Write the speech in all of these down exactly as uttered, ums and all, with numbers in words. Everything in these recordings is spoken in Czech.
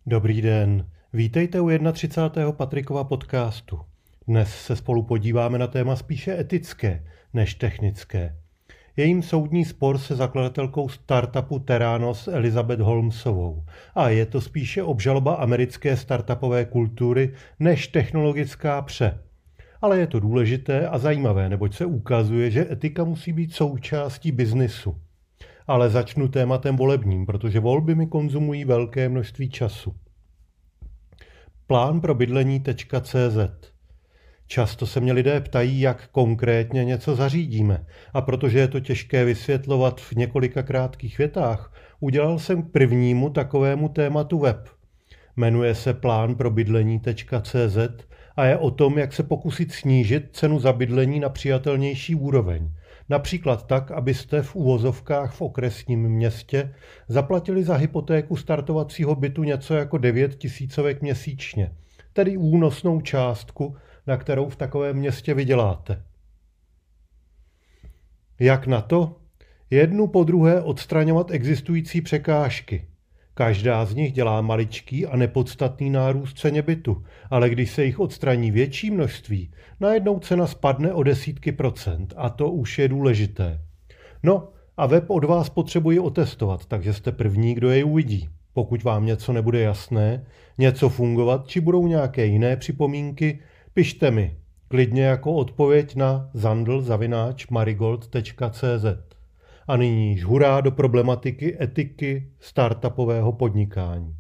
Dobrý den, vítejte u třicátého prvního Patrikova podcastu. Dnes se spolu podíváme na téma spíše etické než technické. Jejím soudní spor se zakladatelkou startupu Theranos Elizabeth Holmesovou. A je to spíše obžaloba americké startupové kultury než technologická pře. Ale je to důležité a zajímavé, neboť se ukazuje, že etika musí být součástí biznisu. Ale začnu tématem volebním, protože volby mi konzumují velké množství času. Plán pro bydlení tečka cé zet. Často se mě lidé ptají, jak konkrétně něco zařídíme. A protože je to těžké vysvětlovat v několika krátkých větách, udělal jsem k prvnímu takovému tématu web. Jmenuje se plán pro bydlení tečka cé zet a je o tom, jak se pokusit snížit cenu za bydlení na přijatelnější úroveň. Například tak, abyste v uvozovkách v okresním městě zaplatili za hypotéku startovacího bytu něco jako devět tisícovek měsíčně, tedy únosnou částku, na kterou v takovém městě vyděláte. Jak na to? Jednu po druhé odstraňovat existující překážky. Každá z nich dělá maličký a nepodstatný nárůst ceně bytu, ale když se jich odstraní větší množství, najednou cena spadne o desítky procent a to už je důležité. No a web od vás potřebuji otestovat, takže jste první, kdo jej uvidí. Pokud vám něco nebude jasné, něco fungovat, či budou nějaké jiné připomínky, pište mi, klidně jako odpověď na zandl zavináč marigold tečka cé zet. A nyní již hurá do problematiky etiky startupového podnikání.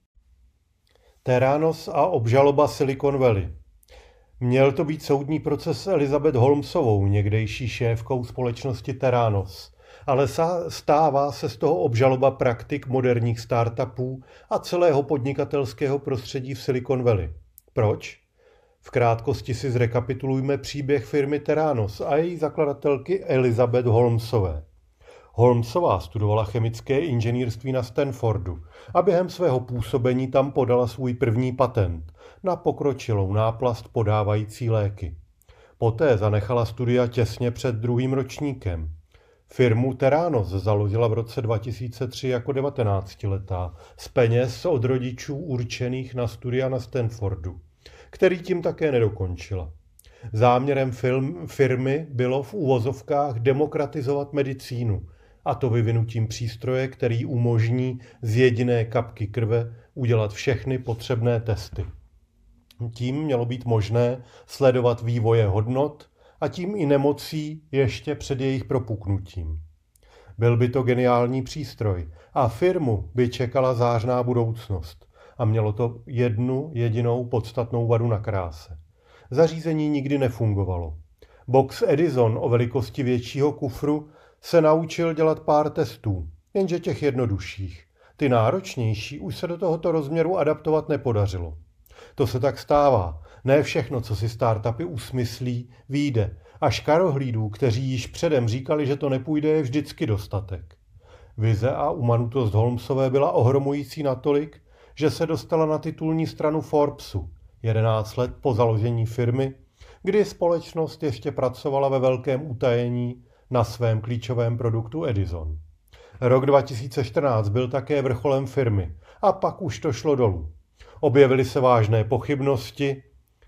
Theranos a obžaloba Silicon Valley. Měl to být soudní proces s Elizabeth Holmesovou, někdejší šéfkou společnosti Theranos, ale stává se z toho obžaloba praktik moderních startupů a celého podnikatelského prostředí v Silicon Valley. Proč? V krátkosti si zrekapitulujme příběh firmy Theranos a její zakladatelky Elizabeth Holmesové. Holmesová studovala chemické inženýrství na Stanfordu a během svého působení tam podala svůj první patent na pokročilou náplast podávající léky. Poté zanechala studia těsně před druhým ročníkem. Firmu Theranos založila v roce dva tisíce tři jako devatenáctiletá z peněz od rodičů určených na studia na Stanfordu, který tím také nedokončila. Záměrem film, firmy bylo v uvozovkách demokratizovat medicínu, a to vyvinutím přístroje, který umožní z jediné kapky krve udělat všechny potřebné testy. Tím mělo být možné sledovat vývoje hodnot a tím i nemocí ještě před jejich propuknutím. Byl by to geniální přístroj a firmu by čekala zářná budoucnost a mělo to jednu jedinou podstatnou vadu na kráse. Zařízení nikdy nefungovalo. Box Edison o velikosti většího kufru se naučil dělat pár testů, jenže těch jednodušších. Ty náročnější už se do tohoto rozměru adaptovat nepodařilo. To se tak stává. Ne všechno, co si startupy usmyslí, vyjde. A škarohlídů, kteří již předem říkali, že to nepůjde, je vždycky dostatek. Vize a umanutost Holmesové byla ohromující natolik, že se dostala na titulní stranu Forbesu, jedenáct let po založení firmy, kdy společnost ještě pracovala ve velkém utajení na svém klíčovém produktu Edison. Rok dva tisíce čtrnáct byl také vrcholem firmy a pak už to šlo dolů. Objevily se vážné pochybnosti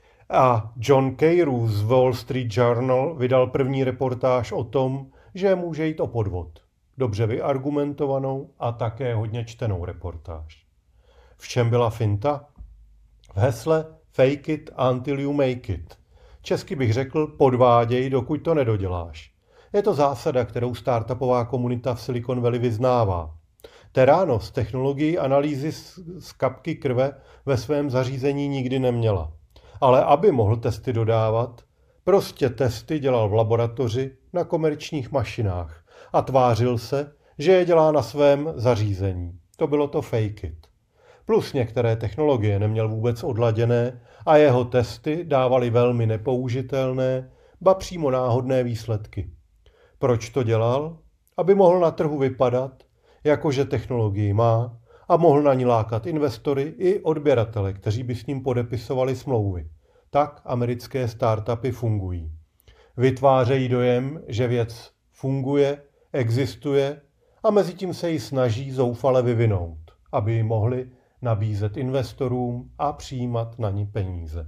a John Carew z Wall Street Journal vydal první reportáž o tom, že může jít o podvod. Dobře vyargumentovanou a také hodně čtenou reportáž. V čem byla finta? V hesle fake it until you make it. Česky bych řekl podváděj, dokud to nedoděláš. Je to zásada, kterou startupová komunita v Silicon Valley vyznává. Theranos technologii analýzy z kapky krve ve svém zařízení nikdy neměla. Ale aby mohl testy dodávat, prostě testy dělal v laboratoři na komerčních mašinách a tvářil se, že je dělá na svém zařízení. To bylo to fake it. Plus některé technologie neměl vůbec odladěné a jeho testy dávaly velmi nepoužitelné, ba přímo náhodné výsledky. Proč to dělal? Aby mohl na trhu vypadat, jakože technologii má a mohl na ní lákat investory i odběratele, kteří by s ním podepisovali smlouvy. Tak americké startupy fungují. Vytvářejí dojem, že věc funguje, existuje a mezi tím se ji snaží zoufale vyvinout, aby ji mohli nabízet investorům a přijímat na ni peníze.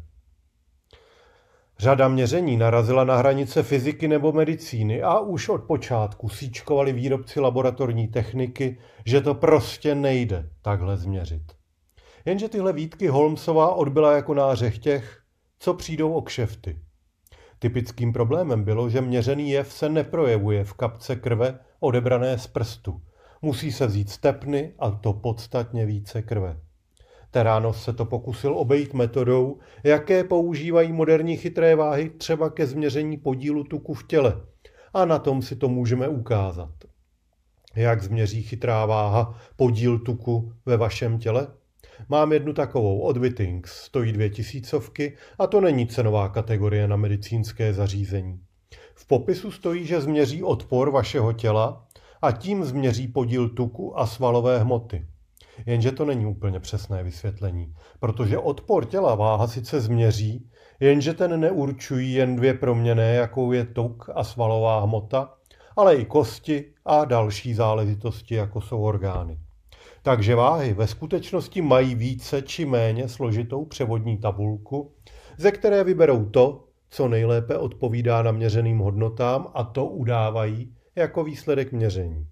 Řada měření narazila na hranice fyziky nebo medicíny a už od počátku síčkovali výrobci laboratorní techniky, že to prostě nejde takhle změřit. Jenže tyhle výtky Holmesova odbyla jako nářech těch, co přijdou o kšefty. Typickým problémem bylo, že měřený jev se neprojevuje v kapce krve odebrané z prstu. Musí se vzít stepny a to podstatně více krve. Theranos se to pokusil obejít metodou, jaké používají moderní chytré váhy třeba ke změření podílu tuku v těle. A na tom si to můžeme ukázat. Jak změří chytrá váha podíl tuku ve vašem těle? Mám jednu takovou od Withings, stojí dvě tisícovky a to není cenová kategorie na medicínské zařízení. V popisu stojí, že změří odpor vašeho těla a tím změří podíl tuku a svalové hmoty. Jenže to není úplně přesné vysvětlení, protože odpor těla váha sice změří, jenže ten neurčují jen dvě proměnné, jakou je tuk a svalová hmota, ale i kosti a další záležitosti, jako jsou orgány. Takže váhy ve skutečnosti mají více či méně složitou převodní tabulku, ze které vyberou to, co nejlépe odpovídá naměřeným hodnotám a to udávají jako výsledek měření.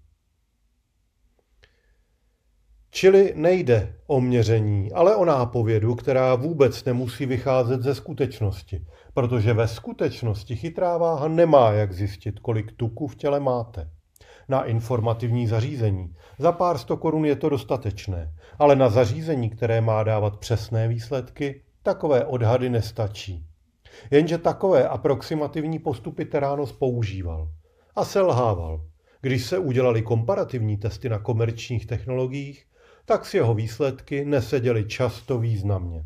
Čili nejde o měření, ale o nápovědu, která vůbec nemusí vycházet ze skutečnosti, protože ve skutečnosti chytrá váha nemá jak zjistit, kolik tuku v těle máte. Na informativní zařízení za pár sto korun je to dostatečné, ale na zařízení, které má dávat přesné výsledky, takové odhady nestačí. Jenže takové aproximativní postupy Theranos používal a selhával. Když se udělali komparativní testy na komerčních technologiích, tak s jeho výsledky neseděly často významně.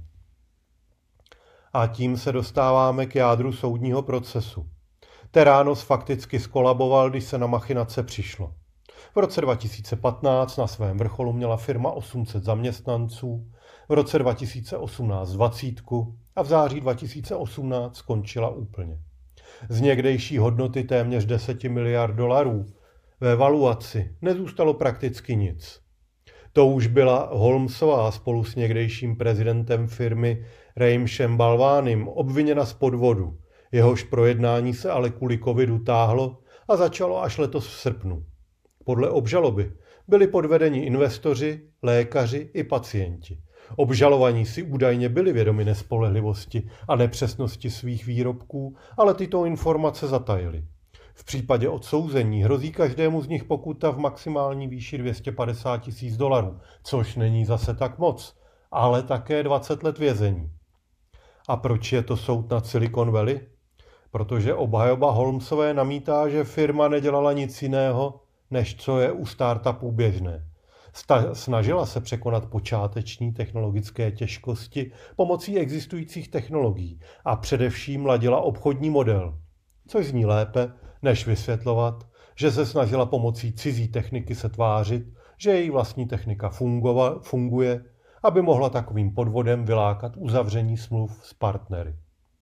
A tím se dostáváme k jádru soudního procesu. Theranos fakticky skolaboval, když se na machinace přišlo. V roce dva tisíce patnáct na svém vrcholu měla firma osm set zaměstnanců, v roce dva tisíce osmnáct dvacítku a v září dva tisíce osmnáct skončila úplně. Z někdejší hodnoty téměř deset miliard dolarů ve valuaci nezůstalo prakticky nic. To už byla Holmesová spolu s někdejším prezidentem firmy Rameshem Balvánem obviněna z podvodu. Jehož projednání se ale kvůli covidu táhlo a začalo až letos v srpnu. Podle obžaloby byli podvedeni investoři, lékaři i pacienti. Obžalovaní si údajně byli vědomi nespolehlivosti a nepřesnosti svých výrobků, ale tyto informace zatajili. V případě odsouzení hrozí každému z nich pokuta v maximální výši dvě stě padesát tisíc dolarů, což není zase tak moc, ale také dvacet let vězení. A proč je to soud nad Silicon Valley? Protože obhajoba Holmesové namítá, že firma nedělala nic jiného, než co je u startupů běžné. Sta- snažila se překonat počáteční technologické těžkosti pomocí existujících technologií a především ladila obchodní model, což zní lépe, než vysvětlovat, že se snažila pomocí cizí techniky se tvářit, že její vlastní technika fungova- funguje, aby mohla takovým podvodem vylákat uzavření smluv s partnery.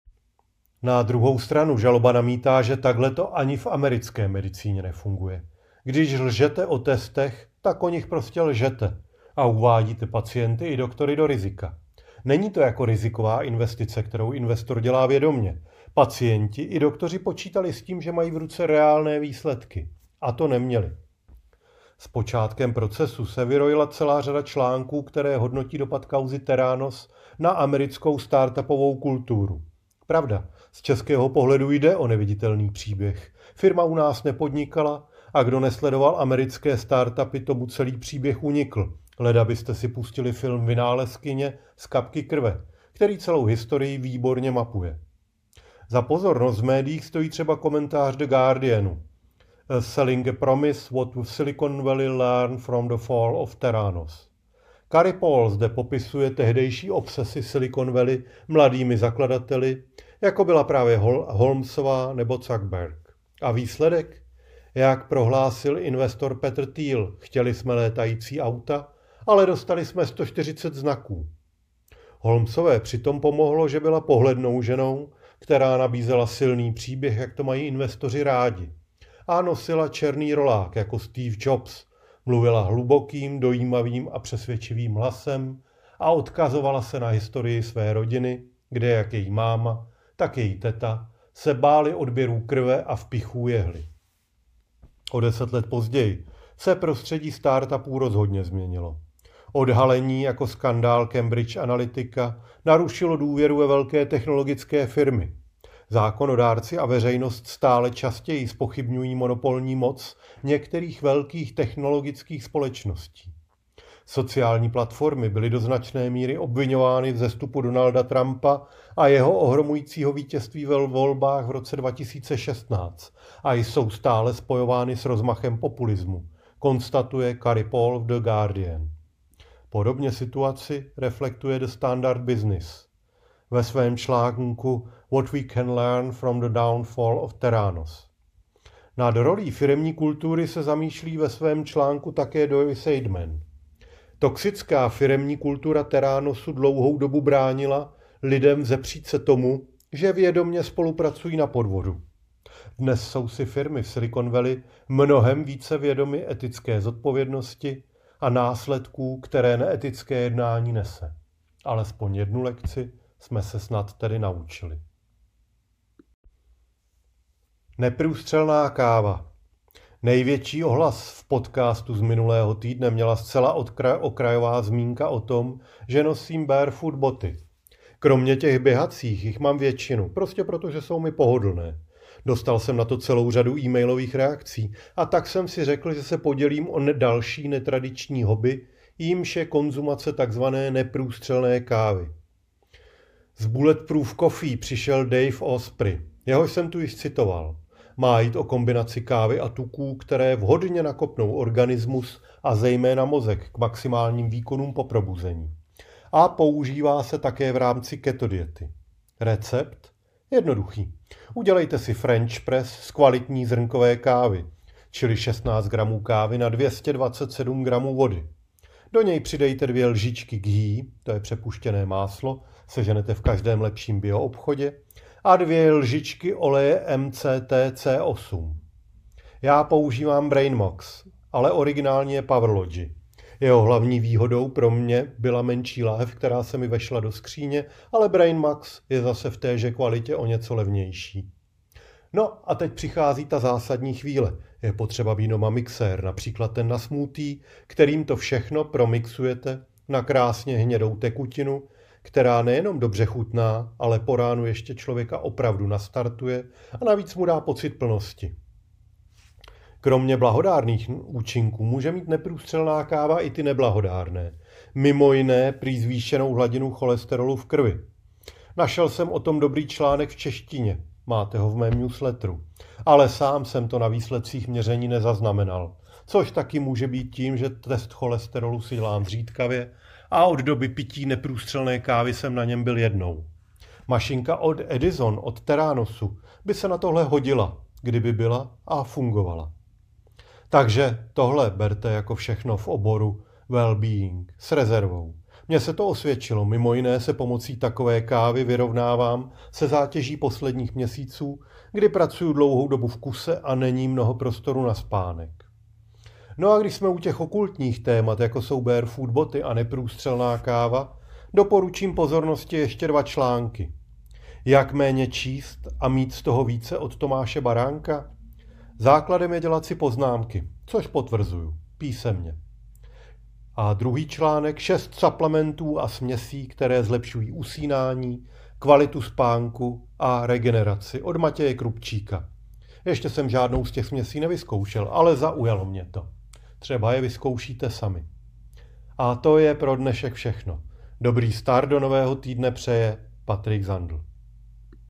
Na druhou stranu žaloba namítá, že takhle to ani v americké medicíně nefunguje. Když lžete o testech, tak o nich prostě lžete a uvádíte pacienty i doktory do rizika. Není to jako riziková investice, kterou investor dělá vědomě. Pacienti i doktoři počítali s tím, že mají v ruce reálné výsledky. A to neměli. S počátkem procesu se vyrojila celá řada článků, které hodnotí dopad kauzy Theranos na americkou startupovou kulturu. Pravda, z českého pohledu jde o neviditelný příběh. Firma u nás nepodnikala a kdo nesledoval americké startupy, tomu celý příběh unikl. Leda byste si pustili film Vynálezkyně z kapky krve, který celou historii výborně mapuje. Za pozornost v médiích stojí třeba komentář The Guardianu. Selling a promise what Silicon Valley learned from the fall of Theranos. Carey Paul zde popisuje tehdejší obsesy Silicon Valley mladými zakladateli, jako byla právě Hol- Holmesová nebo Zuckerberg. A výsledek? Jak prohlásil investor Peter Thiel, chtěli jsme létající auta, ale dostali jsme sto čtyřicet znaků. Holmesové přitom pomohlo, že byla pohlednou ženou, která nabízela silný příběh, jak to mají investoři rádi. A nosila černý rolák jako Steve Jobs. Mluvila hlubokým, dojímavým a přesvědčivým hlasem a odkazovala se na historii své rodiny, kde jak její máma, tak její teta se báli odběrů krve a vpichů jehly. O deset let později se prostředí startupů rozhodně změnilo. Odhalení jako skandál Cambridge Analytica narušilo důvěru ve velké technologické firmy. Zákonodárci a veřejnost stále častěji zpochybňují monopolní moc některých velkých technologických společností. Sociální platformy byly do značné míry obviňovány ze vzestupu Donalda Trumpa a jeho ohromujícího vítězství ve volbách v roce dva tisíce šestnáct a jsou stále spojovány s rozmachem populismu, konstatuje Carrie Paul v The Guardian. Podobně situaci reflektuje The Standard Business ve svém článku What we can learn from the downfall of Theranos. Nad rolí firemní kultury se zamýšlí ve svém článku také Doyle Seidman. Toxická firemní kultura Theranosu dlouhou dobu bránila lidem vzepřít se tomu, že vědomě spolupracují na podvodu. Dnes jsou si firmy v Silicon Valley mnohem více vědomy etické zodpovědnosti a následků, které neetické jednání nese. Alespoň jednu lekci jsme se snad tedy naučili. Neprůstřelná káva. Největší ohlas v podcastu z minulého týdne měla zcela okrajová zmínka o tom, že nosím barefoot boty. Kromě těch běhacích jich mám většinu, prostě protože jsou mi pohodlné. Dostal jsem na to celou řadu e-mailových reakcí a tak jsem si řekl, že se podělím o další netradiční hobby, jímž je konzumace takzvané neprůstřelné kávy. Z Bulletproof Coffee přišel Dave Osprey, jehož jsem tu již citoval. Má jít o kombinaci kávy a tuků, které vhodně nakopnou organismus a zejména mozek k maximálním výkonům po probuzení. A používá se také v rámci keto diety. Recept? Jednoduchý. Udělejte si French press z kvalitní zrnkové kávy, čili šestnáct gramů kávy na dvě stě dvacet sedm gramů vody. Do něj přidejte dvě lžičky ghee, to je přepuštěné máslo, seženete v každém lepším bioobchodě, a dvě lžičky oleje M C T C osm. Já používám Brainmox, ale originálně je Powerlogy. Jeho hlavní výhodou pro mě byla menší láhev, která se mi vešla do skříně, ale Brainmox je zase v téže kvalitě o něco levnější. No a teď přichází ta zásadní chvíle. Je potřeba být doma mixér, například ten na smoothie, kterým to všechno promixujete na krásně hnědou tekutinu, která nejenom dobře chutná, ale po ránu ještě člověka opravdu nastartuje a navíc mu dá pocit plnosti. Kromě blahodárných účinků může mít neprůstřelná káva i ty neblahodárné. Mimo jiné prý zvýšenou hladinu cholesterolu v krvi. Našel jsem o tom dobrý článek v češtině, máte ho v mém newsletteru, ale sám jsem to na výsledcích měření nezaznamenal, což taky může být tím, že test cholesterolu si dělám zřídkavě a od doby pití neprůstřelné kávy jsem na něm byl jednou. Mašinka od Edison, od Theranosu, by se na tohle hodila, kdyby byla a fungovala. Takže tohle berte jako všechno v oboru well-being s rezervou. Mně se to osvědčilo, mimo jiné se pomocí takové kávy vyrovnávám se zátěží posledních měsíců, kdy pracuji dlouhou dobu v kuse a není mnoho prostoru na spánek. No a když jsme u těch okultních témat, jako jsou barefoot boty a neprůstřelná káva, doporučím pozornosti ještě dva články. Jak méně číst a mít z toho více od Tomáše Baránka? Základem je dělat si poznámky, což potvrzuju, písemně. A druhý článek, šest suplementů a směsí, které zlepšují usínání, kvalitu spánku a regeneraci od Matěje Krupčíka. Ještě jsem žádnou z těch směsí nevyzkoušel, ale zaujalo mě to. Třeba je vyzkoušíte sami. A to je pro dnešek všechno. Dobrý start do nového týdne přeje Patrik Zandl.